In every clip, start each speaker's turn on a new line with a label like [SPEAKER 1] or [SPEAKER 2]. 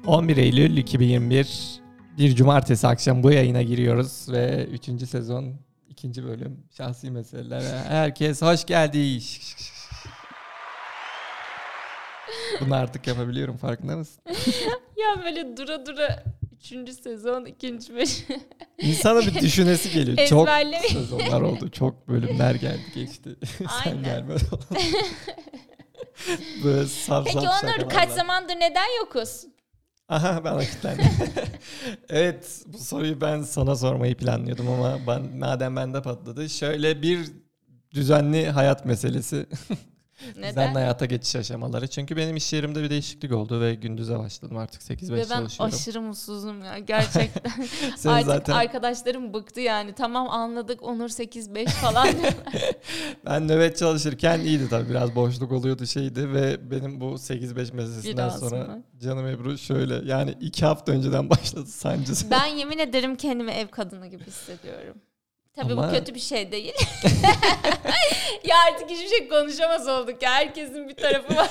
[SPEAKER 1] 11 Eylül 2021 bir cumartesi akşam bu yayına giriyoruz ve 3. sezon 2. bölüm şahsi meselelere herkes hoş geldi. Bunu artık yapabiliyorum, farkında mısın?
[SPEAKER 2] Ya böyle dura dura 3. sezon 2. bölüm.
[SPEAKER 1] İnsana bir düşünesi geliyor. Çok sezonlar oldu, çok bölümler geldi geçti. Sen gelmedin. Böyle
[SPEAKER 2] Peki Onur, kaç zamandır neden yokuz?
[SPEAKER 1] Aha, ben vakitlendim. Evet, bu soruyu ben sana sormayı planlıyordum ama madem bende patladı. Şöyle bir düzenli hayat meselesi.
[SPEAKER 2] Neden?
[SPEAKER 1] Düzenli hayata geçiş aşamaları. Çünkü benim iş yerimde bir değişiklik oldu ve gündüze başladım, artık 8-5 çalışıyorum.
[SPEAKER 2] Ve ben aşırı mutsuzum ya gerçekten.
[SPEAKER 1] Artık
[SPEAKER 2] zaten... arkadaşlarım bıktı yani. Tamam, anladık Onur 8-5 falan.
[SPEAKER 1] Ben nöbet çalışırken iyiydi tabii, biraz boşluk oluyordu şeydi ve benim bu 8-5 meselesinden
[SPEAKER 2] biraz
[SPEAKER 1] sonra
[SPEAKER 2] mı?
[SPEAKER 1] canım Ebru şöyle, yani 2 hafta önceden başladı sancısı.
[SPEAKER 2] Ben yemin ederim kendimi ev kadını gibi hissediyorum. Tabii
[SPEAKER 1] ama...
[SPEAKER 2] bu kötü bir şey değil. Ya artık hiçbir şey konuşamaz olduk ya. Herkesin bir tarafı var.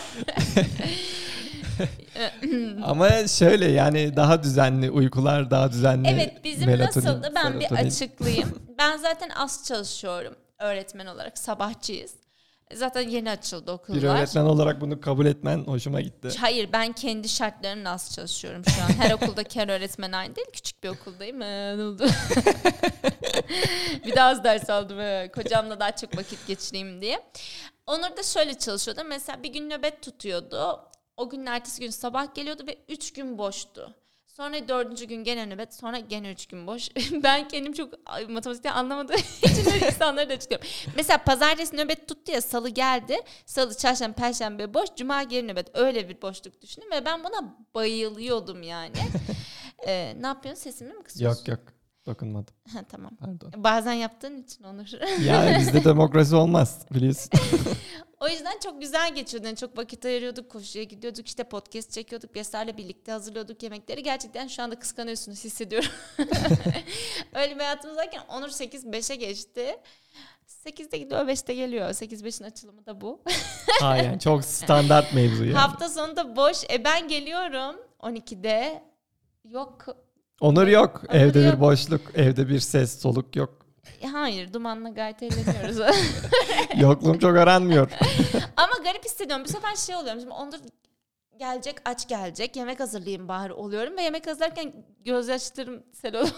[SPEAKER 1] Ama şöyle, yani daha düzenli uykular, daha düzenli
[SPEAKER 2] evet, bizim
[SPEAKER 1] melatonin,
[SPEAKER 2] nasıldı ben
[SPEAKER 1] serotonin.
[SPEAKER 2] Bir açıklayayım. Ben zaten az çalışıyorum öğretmen olarak, sabahçıyız. Zaten yeni açıldı okullar.
[SPEAKER 1] Bir öğretmen olarak bunu kabul etmen hoşuma gitti.
[SPEAKER 2] Hayır, ben kendi şartlarımla az çalışıyorum şu an. Her okuldaki her öğretmen aynı değil. Küçük bir okuldayım. Ne oldu? Bir daha az ders aldım. Kocamla daha çok vakit geçireyim diye. Onur da şöyle çalışıyordu. Mesela bir gün nöbet tutuyordu. O günün ertesi gün sabah geliyordu ve 3 gün boştu. Sonra 4. gün gene nöbet, sonra gene 3 gün boş. Ben kendim çok matematikten anlamadığım için insanları da açıklıyorum. Mesela pazartesi nöbet tuttu ya, salı geldi. Salı, çarşamba, perşembe boş, cuma geri nöbet. Öyle bir boşluk düşünün ve ben buna bayılıyordum yani. Ne yapıyorsun? Sesimi mi kısıyorsun?
[SPEAKER 1] Yok, dokunmadım.
[SPEAKER 2] Ha, tamam.
[SPEAKER 1] Pardon.
[SPEAKER 2] Bazen yaptığın için Onur.
[SPEAKER 1] Ya bizde demokrasi olmaz, biliyorsun.
[SPEAKER 2] O yüzden çok güzel geçiyordu. Yani çok vakit ayırıyorduk, koşuya gidiyorduk, işte podcast çekiyorduk, Yesar'la birlikte hazırlıyorduk yemekleri. Gerçekten şu anda kıskanıyorsunuz, hissediyorum. Öyle bir hayatımız varken Onur 8-5'e geçti. 8'de gidiyor, 5'te geliyor. 8-5'in açılımı da bu.
[SPEAKER 1] Aynen, çok standart mevzu yani.
[SPEAKER 2] Hafta sonu da boş. Ben geliyorum 12'de. Yok.
[SPEAKER 1] Onur yok.
[SPEAKER 2] Onur
[SPEAKER 1] Evde
[SPEAKER 2] yok.
[SPEAKER 1] bir boşluk, evde bir ses soluk yok.
[SPEAKER 2] Hayır, dumanla gayet eğleniyoruz.
[SPEAKER 1] Yokluğum çok aranmıyor.
[SPEAKER 2] Ama garip hissediyorum. Bir sefer şey oluyorum. Şimdi Onur gelecek, aç gelecek. Yemek hazırlayayım bari oluyorum. Ve yemek hazırlarken gözyaşlarım sel oluyor.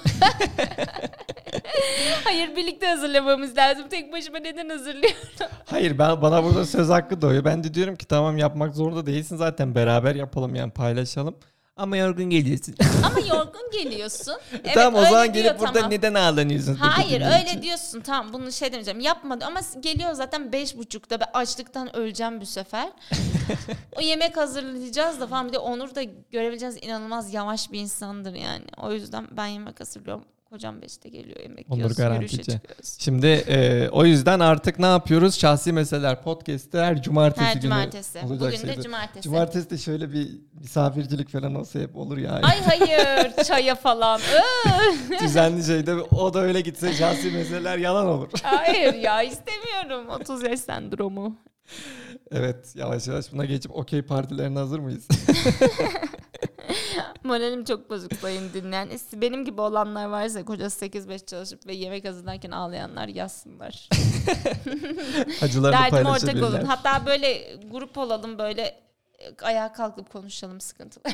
[SPEAKER 2] Hayır, birlikte hazırlamamız lazım. Tek başıma neden hazırlıyorum?
[SPEAKER 1] Hayır, bana burada söz hakkı doğuyor. Ben de diyorum ki tamam, yapmak zorunda değilsin zaten, beraber yapalım yani, paylaşalım. Ama yorgun geliyorsun.
[SPEAKER 2] Ama yorgun geliyorsun. Evet,
[SPEAKER 1] tamam, o zaman
[SPEAKER 2] diyor,
[SPEAKER 1] gelip burada
[SPEAKER 2] tamam.
[SPEAKER 1] neden ağlanıyorsun?
[SPEAKER 2] Hayır, öyle diyorsun, tamam, bunu şey demeyeceğim, yapmadı ama geliyor zaten 5.30'da, ben açlıktan öleceğim bu sefer. O yemek hazırlayacağız da falan, bir de Onur da görebileceğiniz inanılmaz yavaş bir insandır yani. O yüzden ben yemek hazırlıyorum. Kocam 5'te geliyor, yemek
[SPEAKER 1] Onur
[SPEAKER 2] yiyoruz, yürüyüşe
[SPEAKER 1] garantici.
[SPEAKER 2] çıkıyoruz.
[SPEAKER 1] Şimdi o yüzden artık ne yapıyoruz? Şahsi Meseleler Podcast'te her cumartesi
[SPEAKER 2] Her
[SPEAKER 1] günü
[SPEAKER 2] cumartesi.
[SPEAKER 1] olacak
[SPEAKER 2] Bugün
[SPEAKER 1] şeydi.
[SPEAKER 2] de cumartesi.
[SPEAKER 1] Cumartesi de şöyle bir misafircilik falan olsa hep olur ya.
[SPEAKER 2] Ay hayır, çaya falan.
[SPEAKER 1] Düzenli şeyde o da öyle gitse şahsi meseleler yalan olur.
[SPEAKER 2] Hayır ya, istemiyorum. 30 yaş sendromu.
[SPEAKER 1] Evet, yavaş yavaş buna geçip okey partilerine hazır mıyız?
[SPEAKER 2] Moralim çok bozuk sayın dinleyen. Benim gibi olanlar varsa, kocası 8-5 çalışıp ve yemek hazırlarken ağlayanlar yazsınlar.
[SPEAKER 1] Acılarını
[SPEAKER 2] Derdim ortak
[SPEAKER 1] paylaşabilirler.
[SPEAKER 2] olun. Hatta böyle grup olalım, böyle ayağa kalkıp konuşalım sıkıntılar.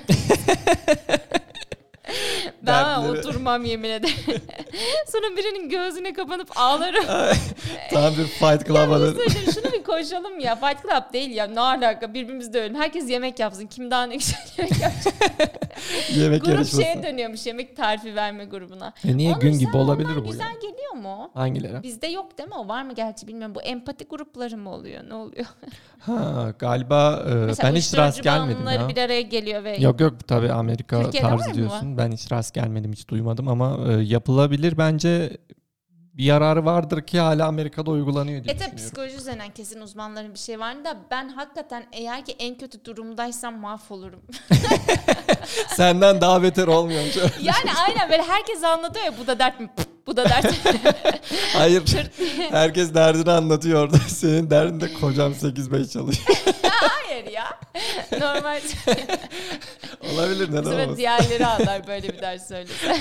[SPEAKER 2] Ben oturmam yemin ederim. Sonra birinin gözüne kapanıp ağlarım.
[SPEAKER 1] Tam bir Fight Club'a dön.
[SPEAKER 2] Şunu bir konuşalım ya. Fight Club değil ya. Ne alaka? Birbirimiz de öyle. Herkes yemek yapsın. Kim daha ne güzel yemek yapacak.
[SPEAKER 1] Yemek
[SPEAKER 2] Grup
[SPEAKER 1] yarışması.
[SPEAKER 2] şeye dönüyormuş. Yemek tarifi verme grubuna.
[SPEAKER 1] Niye
[SPEAKER 2] Onur,
[SPEAKER 1] gün gibi olabilir bu
[SPEAKER 2] güzel
[SPEAKER 1] ya?
[SPEAKER 2] geliyor mu?
[SPEAKER 1] Hangileri?
[SPEAKER 2] Bizde yok değil mi? O var mı gerçi bilmiyorum. Bu empati grupları mı oluyor? Ne oluyor?
[SPEAKER 1] Ha, galiba ben hiç rast gelmedim ya.
[SPEAKER 2] bir araya geliyor ve...
[SPEAKER 1] Yok tabii Amerika
[SPEAKER 2] Türkiye'de var
[SPEAKER 1] tarzı
[SPEAKER 2] mı
[SPEAKER 1] diyorsun. Ben hiç rast gelmedim, hiç duymadım ama yapılabilir bence. Bir yararı vardır ki hala Amerika'da uygulanıyor diye düşünüyorum.
[SPEAKER 2] Psikoloji üzerinden kesin uzmanların bir şey var da ben hakikaten eğer ki en kötü durumdaysam mahvolurum.
[SPEAKER 1] Senden daha beter olmuyormuş.
[SPEAKER 2] Yani aynen, böyle herkes anlatıyor ya, bu da dert mi? Bu da dert.
[SPEAKER 1] Hayır. Herkes derdini anlatıyor orada. Senin derdin de kocam 8-5 çalışıyor.
[SPEAKER 2] Hayır. Hayır ya. Normal.
[SPEAKER 1] Olabilir, neden
[SPEAKER 2] Sonra
[SPEAKER 1] olmasın?
[SPEAKER 2] diğerleri anlar böyle bir ders söylese.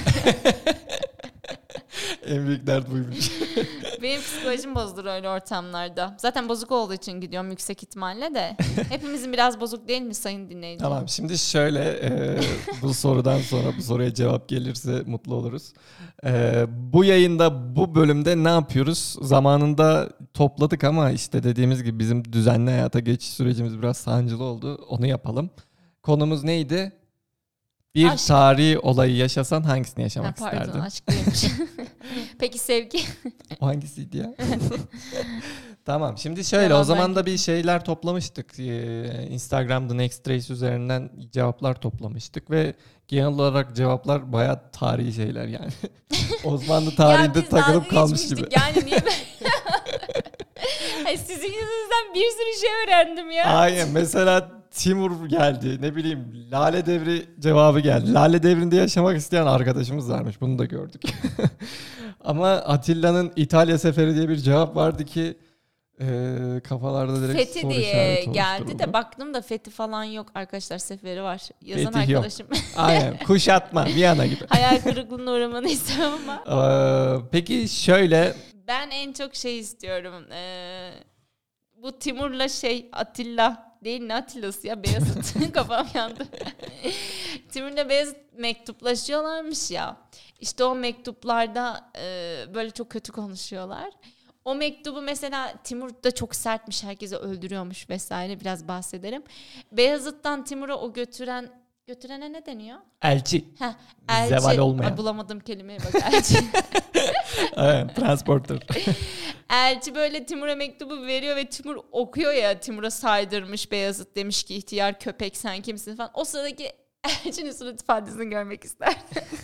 [SPEAKER 1] En büyük dert buymuş.
[SPEAKER 2] Benim psikolojim bozulur öyle ortamlarda. Zaten bozuk olduğu için gidiyorum yüksek ihtimalle de. Hepimizin biraz bozuk değil mi sayın dinleyici?
[SPEAKER 1] Tamam, şimdi şöyle bu sorudan sonra bu soruya cevap gelirse mutlu oluruz. Bu yayında, bu bölümde ne yapıyoruz? Zamanında topladık ama işte dediğimiz gibi bizim düzenli hayata geçiş sürecimiz biraz sancılı oldu. Onu yapalım. Konumuz neydi? Bir
[SPEAKER 2] Aşk.
[SPEAKER 1] tarihi olayı yaşasan hangisini yaşamak
[SPEAKER 2] Pardon,
[SPEAKER 1] isterdin?
[SPEAKER 2] aşk değilmiş. Peki sevgi?
[SPEAKER 1] O hangisiydi ya? Tamam, şimdi şöyle
[SPEAKER 2] Devam
[SPEAKER 1] o zaman
[SPEAKER 2] ben
[SPEAKER 1] da bir şeyler toplamıştık. Instagram The Next Race üzerinden cevaplar toplamıştık ve genel olarak cevaplar bayağı tarihi şeyler yani. Osmanlı tarihinde
[SPEAKER 2] biz
[SPEAKER 1] takılıp
[SPEAKER 2] dalga
[SPEAKER 1] kalmış gibi.
[SPEAKER 2] geçmiştik. Yani niye ben... Ay, sizin yüzünüzden bir sürü şey öğrendim ya.
[SPEAKER 1] Aynen, mesela Timur geldi, ne bileyim Lale Devri cevabı geldi. Lale Devri'nde yaşamak isteyen arkadaşımız varmış, bunu da gördük. Ama Atilla'nın İtalya seferi diye bir cevap vardı ki kafalarda direkt
[SPEAKER 2] Fethi
[SPEAKER 1] soru
[SPEAKER 2] diye
[SPEAKER 1] işareti
[SPEAKER 2] geldi
[SPEAKER 1] oluşturuldu.
[SPEAKER 2] de baktım da Fethi falan yok arkadaşlar, seferi var. Yazan
[SPEAKER 1] Fethi yok.
[SPEAKER 2] arkadaşım.
[SPEAKER 1] Aynen, kuşatma Viyana gibi.
[SPEAKER 2] Hayal kırıklığına uğramanı istemem ama.
[SPEAKER 1] Peki şöyle,
[SPEAKER 2] Ben en çok şey istiyorum. Bu Timur'la Atilla değil, ne Atilla'sı ya, Beyazıt. Kafam yandı. Timur'la Beyazıt mektuplaşıyorlarmış ya. İşte o mektuplarda böyle çok kötü konuşuyorlar. O mektubu mesela Timur da çok sertmiş, herkese öldürüyormuş vesaire, biraz bahsederim. Beyazıt'tan Timur'a o götürene ne deniyor?
[SPEAKER 1] elçi.
[SPEAKER 2] Elçi.
[SPEAKER 1] Zeval olmayan.
[SPEAKER 2] Ay, bulamadım kelimeyi bak, elçi.
[SPEAKER 1] Evet, transporter.
[SPEAKER 2] Elçi böyle Timur'a mektubu veriyor ve Timur okuyor ya, Timur'a saydırmış Beyazıt, demiş ki ihtiyar köpek sen kimsin falan. O sıradaki elçinin surat ifadesini görmek ister.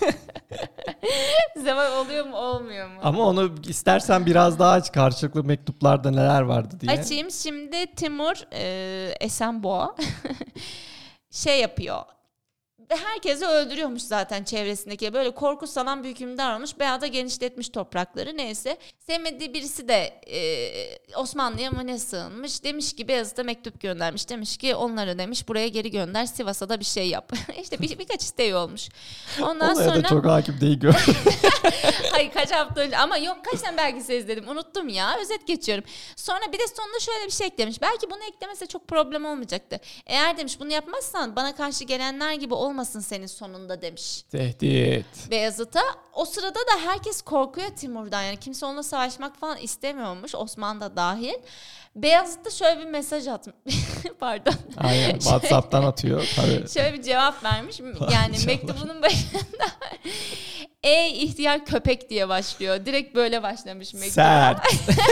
[SPEAKER 2] Zeval oluyor mu olmuyor mu?
[SPEAKER 1] Ama onu istersen biraz daha aç, karşılıklı mektuplarda neler vardı diye.
[SPEAKER 2] Açayım şimdi. Timur Esenboğa şey yapıyor. Ve herkesi öldürüyormuş zaten çevresindeki. Böyle korku salan bir hükümdar olmuş. Bayağı da genişletmiş toprakları, neyse. Sevmediği birisi de Osmanlı'ya mı ne sığınmış. Demiş ki Beyazıt'a mektup göndermiş. Demiş ki onları demiş buraya geri gönder. Sivas'a da bir şey yap. İşte birkaç isteği olmuş. Ondan
[SPEAKER 1] Olaya
[SPEAKER 2] sonra...
[SPEAKER 1] da çok hakim değil gör.
[SPEAKER 2] Hayır, kaç hafta önce ama yok, kaç tane belgesel izledim unuttum ya, özet geçiyorum. Sonra bir de sonunda şöyle bir şey eklemiş, belki bunu eklemese çok problem olmayacaktı. Eğer demiş bunu yapmazsan bana karşı gelenler gibi olmasın senin sonunda demiş.
[SPEAKER 1] Tehdit.
[SPEAKER 2] Beyazıt'a. O sırada da herkes korkuyor Timur'dan, yani kimse onunla savaşmak falan istemiyormuş, Osman da dahil. Beyazıt da şöyle bir mesaj atmış. Pardon.
[SPEAKER 1] Aynen, WhatsApp'tan atıyor tabii.
[SPEAKER 2] Şöyle bir cevap vermiş. Yani mektubunun başında ey ihtiyar köpek diye başlıyor. Direkt böyle başlamış mektup.
[SPEAKER 1] Sert.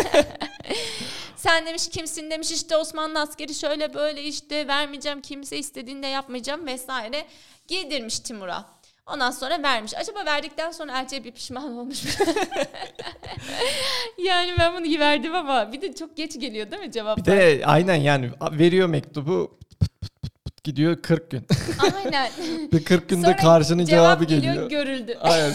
[SPEAKER 2] Sen demiş kimsin demiş, işte Osmanlı askeri şöyle böyle, işte vermeyeceğim, kimse istediğinde yapmayacağım vesaire. Giydirmiş Timur'a. Ondan sonra vermiş. Acaba verdikten sonra elçiye bir pişman olmuş mu? Yani ben bunu verdim ama bir de çok geç geliyor değil mi cevaplar?
[SPEAKER 1] Bir de aynen yani veriyor mektubu, pıt gidiyor 40 gün.
[SPEAKER 2] Aynen.
[SPEAKER 1] Bir 40 günde
[SPEAKER 2] Sonra
[SPEAKER 1] karşının cevabı geliyor.
[SPEAKER 2] Görüldü.
[SPEAKER 1] Aynen.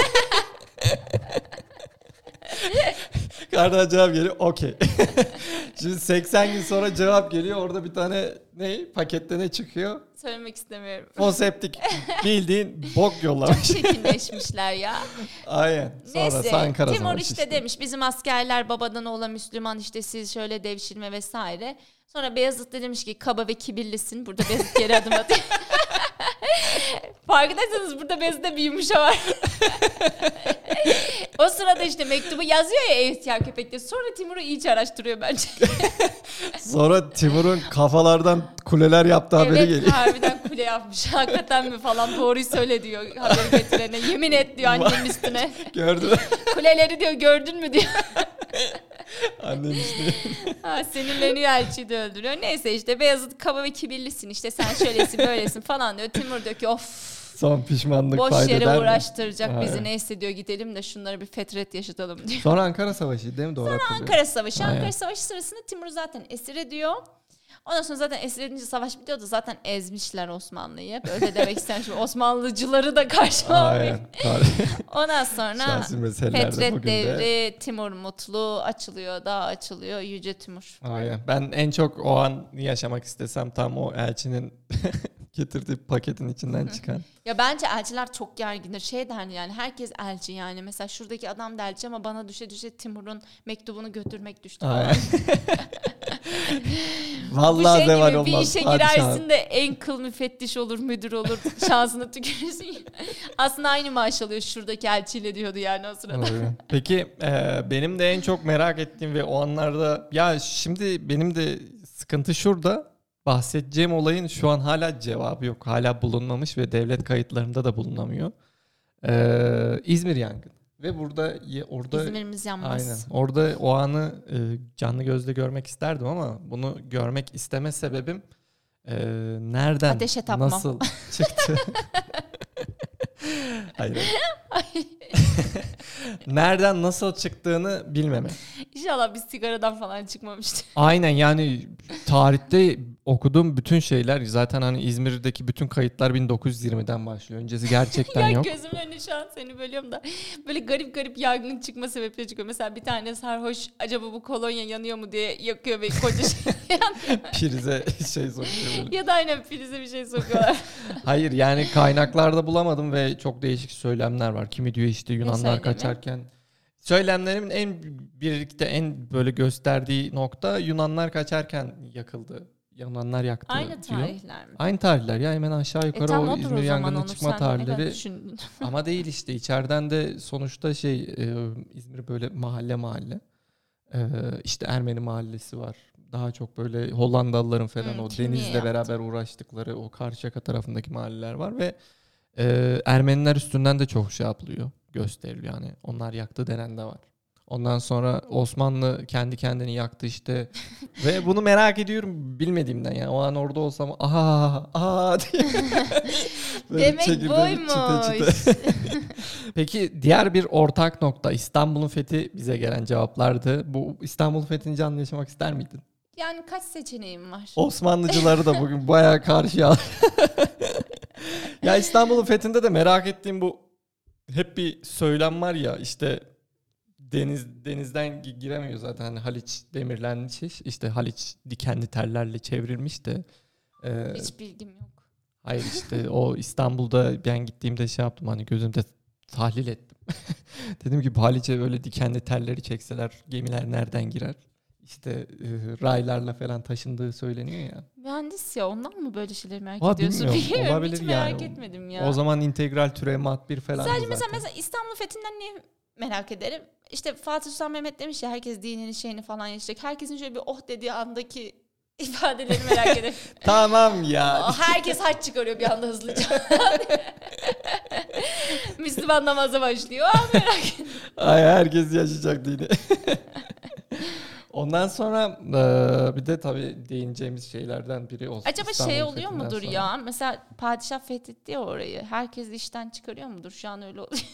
[SPEAKER 1] Kardan cevap geliyor, okey. Şimdi 80 gün sonra cevap geliyor, orada bir tane pakette ne çıkıyor?
[SPEAKER 2] Söylemek istemiyorum.
[SPEAKER 1] Fonseptik, bildiğin bok yollamış.
[SPEAKER 2] Çok çirkinleşmişler ya.
[SPEAKER 1] Aynen. Sonrası
[SPEAKER 2] Neyse
[SPEAKER 1] Ankara
[SPEAKER 2] Timur
[SPEAKER 1] Savaşı
[SPEAKER 2] işte demiş bizim askerler babadan oğula Müslüman, işte siz şöyle devşirme vesaire. Sonra Beyazıt da demiş ki kaba ve kibirlisin. Burada Beyazıt geri adım atıyor. Farkındaysanız burada Beyazıt'ta bir yumuşa var. O sırada işte mektubu yazıyor ya ihtiyar köpek diye. Sonra Timur'u iyice araştırıyor bence.
[SPEAKER 1] Sonra Timur'un kafalardan kuleler yaptığı haberi
[SPEAKER 2] Evet,
[SPEAKER 1] geliyor.
[SPEAKER 2] harbiden kule yapmış. Hakikaten mi falan, doğruyu söyle diyor haberi getirene. Yemin et diyor annenin üstüne.
[SPEAKER 1] Gördün mü?
[SPEAKER 2] Kuleleri diyor gördün mü diyor.
[SPEAKER 1] Annem işte.
[SPEAKER 2] Ha, sinirleniyor, elçiyi de öldürüyor. Neyse işte Beyazıt kaba ve kibirlisin, işte sen şöylesin böylesin falan diyor. Timur diyor ki of,
[SPEAKER 1] Son pişmanlık
[SPEAKER 2] boş
[SPEAKER 1] fayda
[SPEAKER 2] yere
[SPEAKER 1] eder mi?
[SPEAKER 2] uğraştıracak bizi,
[SPEAKER 1] Aynen.
[SPEAKER 2] neyse diyor gidelim de şunları bir fetret yaşatalım diyor.
[SPEAKER 1] Sonra Ankara Savaşı değil mi? Doğru hatırlıyorum.
[SPEAKER 2] Ankara Savaşı.
[SPEAKER 1] Aynen.
[SPEAKER 2] Ankara Savaşı sırasında Timur zaten esir ediyor. Ondan sonra zaten Esir 7. Savaş bitiyordu. Zaten ezmişler Osmanlı'yı. Böyle demek istedim. Şimdi Osmanlıcıları da karşılamayayım. Ondan sonra Fetret Devri, Timur Mutlu açılıyor. Daha açılıyor. Yüce Timur.
[SPEAKER 1] Aynen. Ben en çok o an yaşamak istesem tam o elçinin getirdiği paketin içinden çıkan.
[SPEAKER 2] Ya bence elçiler çok gergindir. Şey der yani, herkes elçi yani. Mesela şuradaki adam da elçi ama bana düşe Timur'un mektubunu götürmek düştü.
[SPEAKER 1] Vallahi
[SPEAKER 2] şey
[SPEAKER 1] zeval
[SPEAKER 2] gibi,
[SPEAKER 1] olmaz.
[SPEAKER 2] bir işe girersin de en kıl müfettiş olur, müdür olur. Şansına tükürürsün. Aslında aynı maaş alıyor şuradaki elçiyle diyordu yani o sırada.
[SPEAKER 1] Peki benim de en çok merak ettiğim ve o anlarda ya şimdi benim de sıkıntı şurada. Bahsedeceğim olayın şu an hala cevabı yok. Hala bulunmamış ve devlet kayıtlarında da bulunamıyor. İzmir yangını. Ve orada
[SPEAKER 2] İzmir'imiz yanmaz.
[SPEAKER 1] Aynen. Orada o anı canlı gözle görmek isterdim ama bunu görmek isteme sebebim nereden,
[SPEAKER 2] ateşe tapmam,
[SPEAKER 1] nasıl çıktı? Hayır. Nereden nasıl çıktığını bilmeme.
[SPEAKER 2] İnşallah biz sigaradan falan çıkmamıştır.
[SPEAKER 1] Aynen, yani tarihte okuduğum bütün şeyler zaten hani İzmir'deki bütün kayıtlar 1920'den başlıyor. Öncesi gerçekten yok.
[SPEAKER 2] Gözümün önüne şu an seni bölüyorum da böyle garip garip yangın çıkma sebepleri çıkıyor. Mesela bir tane sarhoş acaba bu kolonya yanıyor mu diye yakıyor ve koca şey yanıyor.
[SPEAKER 1] Prize şey sokuyor böyle.
[SPEAKER 2] Ya da aynen prize bir şey sokuyorlar.
[SPEAKER 1] Hayır yani kaynaklarda bulamadım ve çok değişik söylemler var. Kimi diyor işte Yunanlar kaçarken. Söylemlerimin en böyle gösterdiği nokta Yunanlar kaçarken yakıldı. Yunanlar yaktı
[SPEAKER 2] aynı
[SPEAKER 1] diyor.
[SPEAKER 2] tarihler mi?
[SPEAKER 1] Aynı tarihler ya, hemen aşağı yukarı o İzmir yangının çıkma tarihleri. Ama değil işte, içeriden de sonuçta İzmir böyle mahalle. İşte Ermeni mahallesi var. Daha çok böyle Hollandalıların falan o denizle beraber uğraştıkları o Karşıyaka tarafındaki mahalleler var ve Ermeniler üstünden de çok şey yapılıyor, gösteriliyor yani. Onlar yaktı denen de var. Ondan sonra Osmanlı kendi kendini yaktı işte. Ve bunu merak ediyorum bilmediğimden yani. O an orada olsam diye.
[SPEAKER 2] Demek buymuş.
[SPEAKER 1] Peki diğer bir ortak nokta İstanbul'un fethi, bize gelen cevaplardı. Bu İstanbul'un fethini canlı yaşamak ister miydin?
[SPEAKER 2] Yani kaç seçeneğim var?
[SPEAKER 1] Osmanlıcıları da bugün bayağı karşıya. Ya İstanbul'un fethinde de merak ettiğim bu hep bir söylem var ya işte denizden giremiyor zaten. Hani Haliç demirlenmiş, işte Haliç dikenli tellerle çevrilmiş de.
[SPEAKER 2] Hiç bilgim yok.
[SPEAKER 1] Hayır işte o İstanbul'da ben gittiğimde şey yaptım, hani gözümde tahlil ettim. Dedim ki Haliç'e öyle dikenli telleri çekseler gemiler nereden girer? İşte raylarla falan taşındığı söyleniyor ya.
[SPEAKER 2] Mühendis ya, ondan mı böyle şeyleri merak ediyorsun?
[SPEAKER 1] Bilmiyorum. Olabilir
[SPEAKER 2] hiç merak etmedim ya.
[SPEAKER 1] O zaman integral türev bir falan.
[SPEAKER 2] Sadece mesela İstanbul Fethi'nden niye merak ederim? İşte Fatih Sultan Mehmet demiş ya, herkes dinini şeyini falan yaşayacak. Herkesin şöyle bir dediği andaki ifadeleri merak ederim.
[SPEAKER 1] Tamam ya.
[SPEAKER 2] Herkes haç çıkarıyor bir anda hızlıca. Müslüman namaza başlıyor. Merak ettim.
[SPEAKER 1] Ay, herkes yaşayacak dini. Ondan sonra bir de tabii değineceğimiz şeylerden biri olsun.
[SPEAKER 2] Acaba İstanbul oluyor mudur sonra ya? Mesela padişah fethetti ya orayı. Herkes işten çıkarıyor mudur? Şu an öyle oluyor.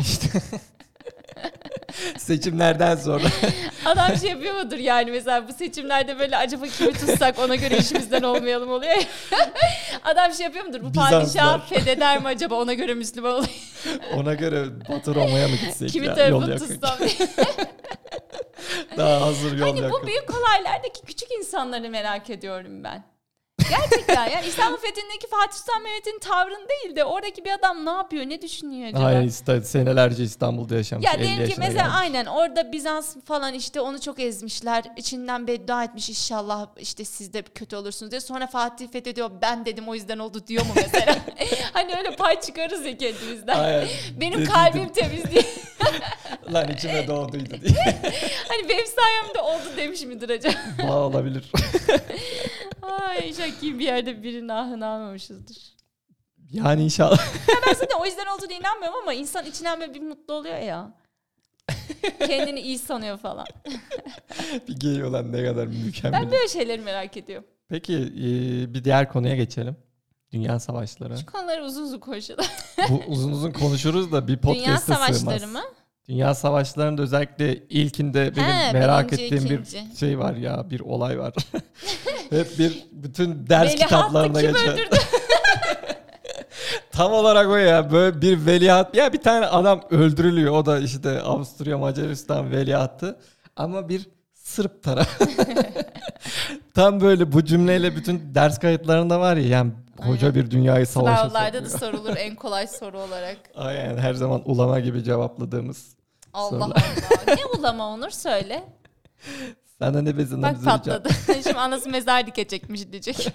[SPEAKER 1] Seçimlerden sonra.
[SPEAKER 2] Adam yapıyor mudur yani, mesela bu seçimlerde böyle acaba kimi tutsak ona göre işimizden olmayalım oluyor ya. Adam yapıyor mudur? Bu padişah fetheder mi acaba, ona göre Müslüman oluyor.
[SPEAKER 1] Ona göre Batı Roma'ya mı gitsek
[SPEAKER 2] kimi
[SPEAKER 1] ya?
[SPEAKER 2] tarafını tutsam diye.
[SPEAKER 1] Daha hazır yol yakın.
[SPEAKER 2] Bu büyük olaylardaki küçük insanları merak ediyorum ben. Gerçekten yani İstanbul Fethi'ndeki Fatih Sultan Mehmet'in tavrını değil de oradaki bir adam ne yapıyor, ne düşünüyor acaba?
[SPEAKER 1] Hayır işte senelerce İstanbul'da yaşamış.
[SPEAKER 2] Ya diyelim ki mesela gelmiş. Aynen orada Bizans falan işte onu çok ezmişler. İçinden beddua etmiş, inşallah işte siz de kötü olursunuz diye. Sonra Fatih fethediyor, ben dedim o yüzden oldu diyor mu mesela? Hani öyle pay çıkarırız ya kendimizden. Aynen. Benim kalbim temiz diye.
[SPEAKER 1] Lan içime doğduydu diye.
[SPEAKER 2] Hani benim sayemde oldu demiş midir acaba?
[SPEAKER 1] Olabilir.
[SPEAKER 2] Ay şakî bir yerde birinin ahını almamışızdır.
[SPEAKER 1] Yani inşallah.
[SPEAKER 2] Ya ben zaten o yüzden olduğunu inanmıyorum ama insan içinden böyle bir mutlu oluyor ya. Kendini iyi sanıyor falan.
[SPEAKER 1] Bir geliyorlar ne kadar mükemmel.
[SPEAKER 2] Ben böyle şeyleri merak ediyorum.
[SPEAKER 1] Peki bir diğer konuya geçelim. Dünya savaşları.
[SPEAKER 2] Şu konuları uzun uzun konuşalım.
[SPEAKER 1] Bu uzun konuşuruz da bir podcast'ta sığmaz. Dünya savaşları mı? Dünya savaşlarında özellikle ilkinde benim merak ettiğim bir şey var ya, bir olay var. Hep bütün ders
[SPEAKER 2] Veliahtı
[SPEAKER 1] kitaplarına
[SPEAKER 2] kim
[SPEAKER 1] geçer.
[SPEAKER 2] öldürdü?
[SPEAKER 1] Tam olarak o ya. Böyle bir veliaht. Ya bir tane adam öldürülüyor. O da işte Avusturya Macaristan veliahtı. Ama bir Sırp tarafı. Tam böyle bu cümleyle bütün ders kayıtlarında var ya. Yani koca
[SPEAKER 2] Aynen.
[SPEAKER 1] bir dünyayı savaşa
[SPEAKER 2] Sınavlarda da
[SPEAKER 1] sokuyor.
[SPEAKER 2] sorulur en kolay soru olarak.
[SPEAKER 1] Aynen her zaman ulama gibi cevapladığımız
[SPEAKER 2] Allah
[SPEAKER 1] sorular.
[SPEAKER 2] Allah. Ne ulama Onur söyle.
[SPEAKER 1] Sen de ne bezinden
[SPEAKER 2] Bak
[SPEAKER 1] bize rica-
[SPEAKER 2] patladı. Şimdi anası mezar dikecekmiş diyecek.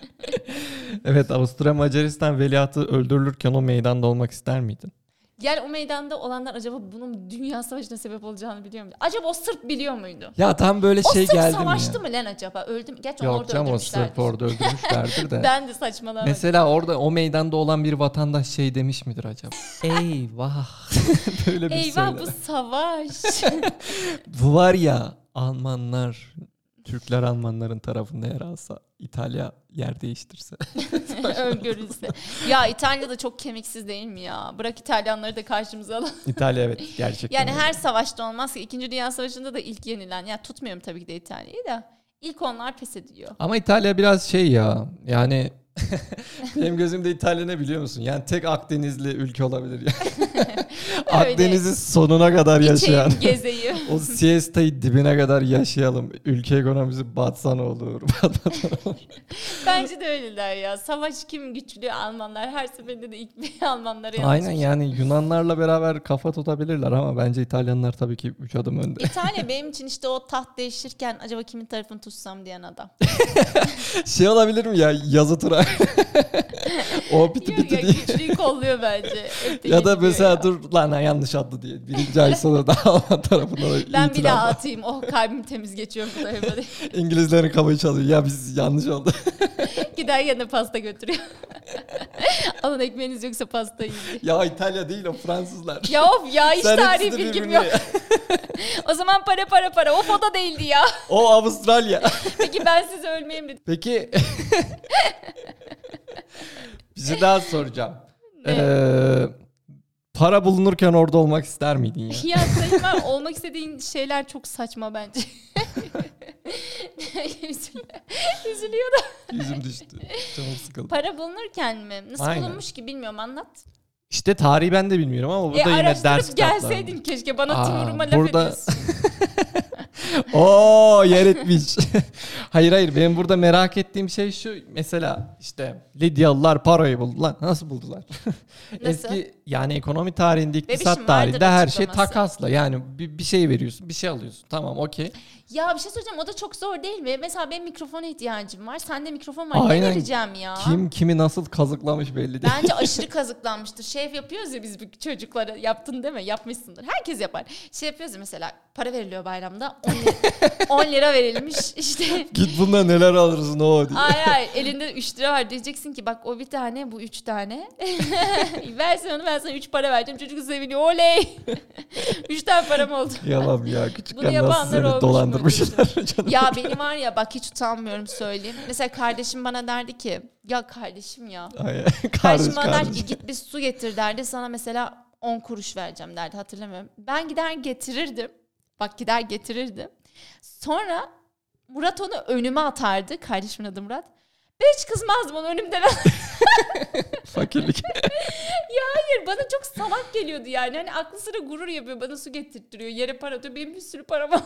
[SPEAKER 1] Evet, Avusturya Macaristan veliahtı öldürülürken o meydanda olmak ister miydin?
[SPEAKER 2] Yani o meydanda olanlar acaba bunun dünya savaşına sebep olacağını biliyor muydu? Acaba o Sırp biliyor muydu?
[SPEAKER 1] Ya tam böyle
[SPEAKER 2] O
[SPEAKER 1] şey
[SPEAKER 2] Sırp
[SPEAKER 1] geldi mi
[SPEAKER 2] savaştı
[SPEAKER 1] ya?
[SPEAKER 2] mı lan acaba? Öldü mü? Gerçi onu
[SPEAKER 1] Yok
[SPEAKER 2] orada
[SPEAKER 1] canım, o
[SPEAKER 2] öldürmüşlerdir.
[SPEAKER 1] Sırp orada öldürmüşlerdir de.
[SPEAKER 2] Ben de saçmalamadım.
[SPEAKER 1] Mesela orada o meydanda olan bir vatandaş şey demiş midir acaba? Eyvah. Böyle bir
[SPEAKER 2] Eyvah
[SPEAKER 1] söyle.
[SPEAKER 2] bu savaş.
[SPEAKER 1] Bu var ya, Almanlar, Türkler Almanların tarafında yer alsa, İtalya yer değiştirse.
[SPEAKER 2] Öngörülse. Ya İtalya da çok kemiksiz değil mi ya? Bırak İtalyanları da karşımıza alalım.
[SPEAKER 1] İtalya evet gerçekten.
[SPEAKER 2] Yani
[SPEAKER 1] öyle.
[SPEAKER 2] her savaşta olmaz ki. İkinci Dünya Savaşı'nda da ilk yenilen. Ya tutmuyorum tabii ki de İtalya'yı da. İlk onlar pes ediyor.
[SPEAKER 1] Ama İtalya biraz şey ya, yani benim gözümde İtalya ne biliyor musun? Yani tek Akdenizli ülke olabilir yani. Akdeniz'i sonuna kadar yaşayan.
[SPEAKER 2] İçeyim gezeyim.
[SPEAKER 1] O siesta'yı dibine kadar yaşayalım. Ülke ekonomisi batsa ne olur? Batmasa ne olur?
[SPEAKER 2] Bence de öyleler ya. Savaş kim güçlü? Almanlar. Her seferinde de ilk bir Almanları
[SPEAKER 1] Aynen, yani Yunanlarla beraber kafa tutabilirler ama bence İtalyanlar tabii ki 3 adım önde.
[SPEAKER 2] İtalya benim için işte o taht değişirken acaba kimin tarafını tutsam diyen adam.
[SPEAKER 1] Şey olabilir mi ya, yazı tura? O piti
[SPEAKER 2] Yok
[SPEAKER 1] piti
[SPEAKER 2] ya,
[SPEAKER 1] diye.
[SPEAKER 2] güçlüyü kolluyor bence.
[SPEAKER 1] Ya da mesela dur lan yanlış attı diye. Birinci ay sonra da Alman tarafından
[SPEAKER 2] Ben bir
[SPEAKER 1] itiraf
[SPEAKER 2] daha
[SPEAKER 1] var.
[SPEAKER 2] atayım. Oh kalbim temiz geçiyor bu tarafa diye.
[SPEAKER 1] İngilizlerin kafayı çalıyor. Ya biz yanlış oldu.
[SPEAKER 2] Giderken de pasta götürüyor. Alın ekmeğiniz yoksa pasta yiyin diye.
[SPEAKER 1] Ya İtalya değil, o Fransızlar.
[SPEAKER 2] Ya of ya hiç
[SPEAKER 1] Sen
[SPEAKER 2] tarihi
[SPEAKER 1] hepsini
[SPEAKER 2] bilgim
[SPEAKER 1] birbirine-
[SPEAKER 2] yok. O zaman para. Of o da değildi ya.
[SPEAKER 1] O Avustralya.
[SPEAKER 2] Peki ben size ölmeyeyim dedim.
[SPEAKER 1] Peki. Bir şey daha soracağım.
[SPEAKER 2] Ne?
[SPEAKER 1] Para bulunurken orada olmak ister miydin ya?
[SPEAKER 2] Ya sayın var, olmak istediğin şeyler çok saçma bence. Üzülüyor da.
[SPEAKER 1] Yüzüm düştü. Canım sıkıldı.
[SPEAKER 2] Para bulunurken mi? Nasıl
[SPEAKER 1] Aynen.
[SPEAKER 2] bulunmuş ki bilmiyorum, anlat.
[SPEAKER 1] İşte tarihi ben de bilmiyorum ama burada yine ders
[SPEAKER 2] Araştırıp
[SPEAKER 1] kitaplarında.
[SPEAKER 2] gelseydin keşke, bana
[SPEAKER 1] Aa,
[SPEAKER 2] Timur'uma laf
[SPEAKER 1] burada-
[SPEAKER 2] ediyorsun.
[SPEAKER 1] Oo, yer etmiş. Hayır benim burada merak ettiğim şey şu. Mesela işte Lidyalılar parayı buldular. Nasıl buldular?
[SPEAKER 2] Nasıl?
[SPEAKER 1] Eski yani ekonomi tarihinde, iktisat
[SPEAKER 2] Bebişim, vardır
[SPEAKER 1] tarihinde her şey
[SPEAKER 2] açıklaması.
[SPEAKER 1] takasla. Yani bir şey veriyorsun, bir şey alıyorsun. Tamam, okey.
[SPEAKER 2] Ya bir şey söyleyeceğim, o da çok zor değil mi? Mesela benim mikrofona ihtiyacım var. Sende mikrofon var. Ne
[SPEAKER 1] Aynen.
[SPEAKER 2] vereceğim ya?
[SPEAKER 1] Kim kimi nasıl kazıklamış belli değil.
[SPEAKER 2] Bence aşırı kazıklanmıştır. Şef yapıyoruz ya biz bu çocuklara. Yaptın değil mi? Yapmışsındır. Herkes yapar. Şey yapıyoruz ya, mesela para veriliyor bayramda. 10 lira verilmiş. İşte
[SPEAKER 1] Git bunda neler alırsın o diye.
[SPEAKER 2] ay elinde 3 lira var. Diyeceksin ki bak o bir tane, bu 3 tane. Versen onu, ben sana 3 para vereceğim. Çocuk seviniyor. Oley. 3 tane param oldu.
[SPEAKER 1] Yalan ya,
[SPEAKER 2] Bunu
[SPEAKER 1] küçükken nasıl
[SPEAKER 2] yapanlar
[SPEAKER 1] seni
[SPEAKER 2] olmuş
[SPEAKER 1] dolandırmışlar canım.
[SPEAKER 2] Ya benim var ya, bak hiç utanmıyorum söyleyeyim. Mesela kardeşim bana derdi ki, ya kardeşim ya.
[SPEAKER 1] Ay,
[SPEAKER 2] Kardeşim bana derdi
[SPEAKER 1] kardeş.
[SPEAKER 2] ki git bir su getir derdi. Sana mesela 10 kuruş vereceğim derdi, hatırlamıyorum. Ben gider getirirdim. Bak gider getirirdim. Sonra Murat onu önüme atardı. Kardeşimin adı Murat. Ben hiç kızmazdım onu önümden.
[SPEAKER 1] Fakirlik.
[SPEAKER 2] Hayır, bana çok salak geliyordu yani. Hani aklı sıra gurur yapıyor, bana su getirttiriyor. Yere para atıyor. Benim bir sürü param var.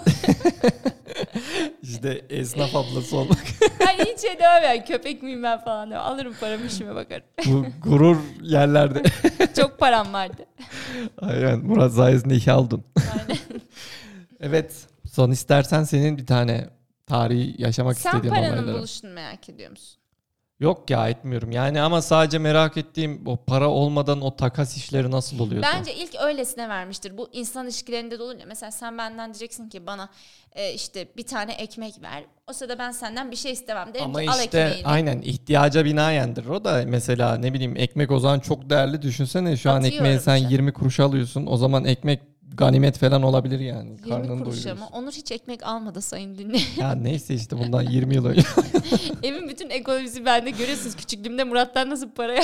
[SPEAKER 1] İşte esnaf ablası olmak.
[SPEAKER 2] Hani hiç şey demem yani, köpek miyim ben falan. Alırım paramı, işime bakarım.
[SPEAKER 1] Bu gurur yerlerde.
[SPEAKER 2] Çok param vardı.
[SPEAKER 1] Aynen, Murat sayesinde iki aldın.
[SPEAKER 2] Aynen.
[SPEAKER 1] Evet, son istersen senin bir tane tarihi yaşamak
[SPEAKER 2] Sen
[SPEAKER 1] istediğin
[SPEAKER 2] paranın
[SPEAKER 1] olayları.
[SPEAKER 2] buluşunu merak ediyor musun?
[SPEAKER 1] Yok ya, etmiyorum. Yani ama sadece merak ettiğim, o para olmadan o takas işleri nasıl oluyordu?
[SPEAKER 2] Bence ilk öylesine vermiştir. Bu insan ilişkilerinde de olur ya. Mesela sen benden diyeceksin ki bana işte bir tane ekmek ver. O sırada ben senden bir şey istemem. Derim
[SPEAKER 1] Ama
[SPEAKER 2] ki al
[SPEAKER 1] işte
[SPEAKER 2] ekmeğini.
[SPEAKER 1] aynen ihtiyaca binaendir o da. Mesela ne bileyim, ekmek o zaman çok değerli, düşünsene şu an
[SPEAKER 2] Atıyorum
[SPEAKER 1] ekmeği sen
[SPEAKER 2] canım.
[SPEAKER 1] 20 kuruş alıyorsun. O zaman ekmek ganimet falan olabilir yani.
[SPEAKER 2] 20
[SPEAKER 1] Karnını
[SPEAKER 2] kuruşa
[SPEAKER 1] doyuruyorsun.
[SPEAKER 2] mı? Onur hiç ekmek almadı sayın dinleyin.
[SPEAKER 1] Ya neyse işte bundan 20 yıl önce.
[SPEAKER 2] Evin bütün ekonomisi bende, görüyorsunuz küçüklüğümde Murat'tan nasıl para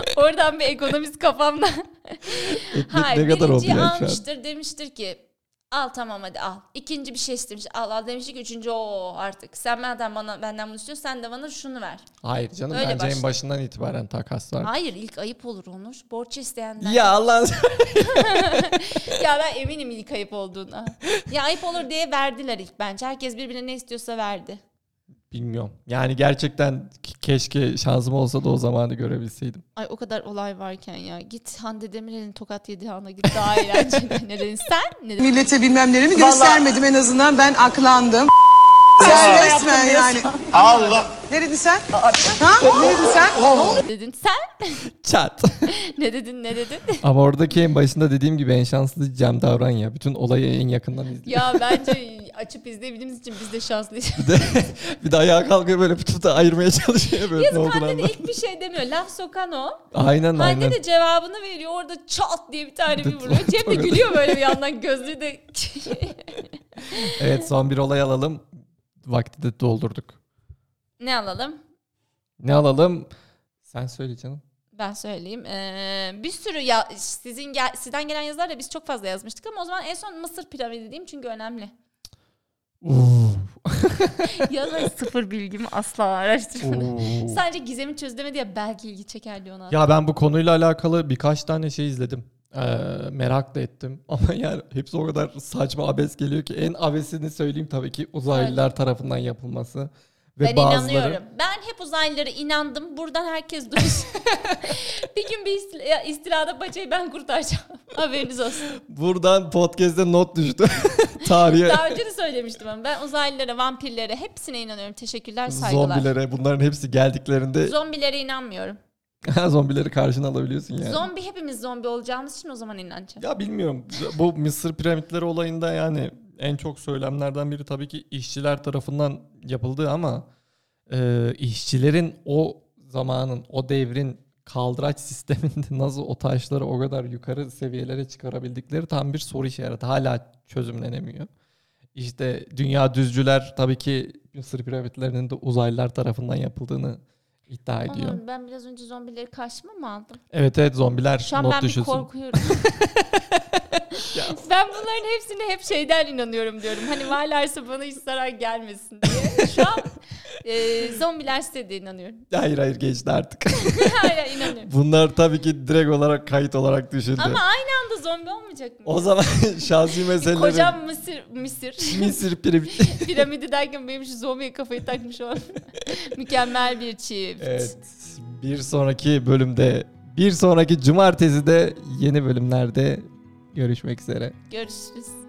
[SPEAKER 2] Oradan bir ekonomist kafamda.
[SPEAKER 1] Ekmek
[SPEAKER 2] Hayır,
[SPEAKER 1] ne kadar oldu
[SPEAKER 2] birinciyi
[SPEAKER 1] ya şu an?
[SPEAKER 2] almıştır, demiştir ki Al tamam hadi al. İkinci bir şey istemiş. Al demiş ki üçüncü o artık. Sen benden bunu istiyorsun, sen de bana şunu ver.
[SPEAKER 1] Hayır canım,
[SPEAKER 2] Öyle
[SPEAKER 1] bence en
[SPEAKER 2] başla.
[SPEAKER 1] başından itibaren takas var.
[SPEAKER 2] Hayır, ilk ayıp olur Onur. Borç isteyenden.
[SPEAKER 1] Ya Allah'ın
[SPEAKER 2] Ya ben eminim ilk ayıp olduğuna. Ya ayıp olur diye verdiler ilk bence. Herkes birbirine ne istiyorsa verdi.
[SPEAKER 1] bilmiyorum. Yani gerçekten keşke şansım olsa da o zamanı görebilseydim.
[SPEAKER 2] Ay o kadar olay varken ya. Git Hande Demirel'in tokat yediği ana git, daha eğlenceli. Ne dedin sen? Ne dedin?
[SPEAKER 3] Millete bilmem nelerimi göstermedim, en azından ben aklandım. Sen resmen yani.
[SPEAKER 4] Allah.
[SPEAKER 3] Ne dedin sen? Ha? Ne dedin sen?
[SPEAKER 2] Ne dedin sen?
[SPEAKER 1] Çat.
[SPEAKER 2] Ne dedin?
[SPEAKER 1] Ama oradaki en başında dediğim gibi en şanslı Cem Davran ya. Bütün olayı en yakından izliyor.
[SPEAKER 2] Ya bence açıp izleyebildiğimiz için biz de şanslıyız.
[SPEAKER 1] Bir de ayağa kalkıyor böyle tutup da ayırmaya çalışıyor. Böyle
[SPEAKER 2] Yazık,
[SPEAKER 1] ne olduğunu
[SPEAKER 2] Hande de
[SPEAKER 1] anlam-
[SPEAKER 2] ilk bir şey demiyor. Laf sokan o.
[SPEAKER 1] Aynen
[SPEAKER 2] Hande
[SPEAKER 1] aynen.
[SPEAKER 2] de cevabını veriyor. Orada çat diye bir tane bir vuruyor. Cem de gülüyor böyle bir yandan. Gözlüğü de...
[SPEAKER 1] Evet, son bir olay alalım. Vakti de doldurduk.
[SPEAKER 2] Ne alalım?
[SPEAKER 1] Ne alalım? Sen söyle canım.
[SPEAKER 2] Ben söyleyeyim. Bir sürü sizden gelen yazılarla biz çok fazla yazmıştık ama o zaman en son Mısır piramidi diyeyim çünkü önemli. Ya sıfır bilgimi asla araştırmadım. Sadece gizemi çözülemedi ya, belki ilgi çeker diyor ona.
[SPEAKER 1] Ya ben bu konuyla alakalı birkaç tane şey izledim. Merak da ettim. Ama yani hepsi o kadar saçma, abes geliyor ki. En abesini söyleyeyim tabii ki uzaylılar tarafından yapılması. Ve
[SPEAKER 2] Ben
[SPEAKER 1] bazıları...
[SPEAKER 2] inanıyorum. Ben hep uzaylılara inandım. Buradan herkes duysun. Bir gün bir istilada paçayı ben kurtaracağım. Haberiniz olsun.
[SPEAKER 1] Buradan podcast'te not düştü. Tarihe.
[SPEAKER 2] Daha önce de söylemiştim ama ben uzaylılara, vampirlere hepsine inanıyorum. Teşekkürler, saygılar.
[SPEAKER 1] Zombilere, bunların hepsi geldiklerinde
[SPEAKER 2] Zombilere inanmıyorum.
[SPEAKER 1] zombileri karşına alabiliyorsun yani.
[SPEAKER 2] Zombi, hepimiz zombi olacağımız için o zaman inanacağım.
[SPEAKER 1] Ya bilmiyorum. Bu Mısır piramitleri olayında yani en çok söylemlerden biri tabii ki işçiler tarafından yapıldı ama işçilerin o zamanın, o devrin kaldıraç sisteminde nasıl o taşları o kadar yukarı seviyelere çıkarabildikleri tam bir soru işareti. Hala çözümlenemiyor. İşte dünya düzcüler tabii ki Mısır piramitlerinin de uzaylılar tarafından yapıldığını iddia ediyor.
[SPEAKER 2] Aman, ben biraz önce zombileri karşıma mı aldım?
[SPEAKER 1] Evet zombiler
[SPEAKER 2] Şu an
[SPEAKER 1] not
[SPEAKER 2] ben bir
[SPEAKER 1] düşürsün.
[SPEAKER 2] korkuyorum. Ben bunların hepsine hep şeyden inanıyorum diyorum. Hani varlarsa bana hiç zarar gelmesin diye. Şu an zombiler size de inanıyorum.
[SPEAKER 1] Hayır geçti artık.
[SPEAKER 2] Hayır, inanıyorum.
[SPEAKER 1] Bunlar tabii ki direkt olarak kayıt olarak düşüldü.
[SPEAKER 2] Ama aynı anda zombi olmayacak mı?
[SPEAKER 1] O zaman şahsi meseleleri...
[SPEAKER 2] Kocam
[SPEAKER 1] Mısır piramidi.
[SPEAKER 2] piramidi derken benim şu zombiye kafayı takmış olan mükemmel bir çift.
[SPEAKER 1] Evet. Bir sonraki cumartesi de yeni bölümlerde görüşmek üzere.
[SPEAKER 2] Görüşürüz.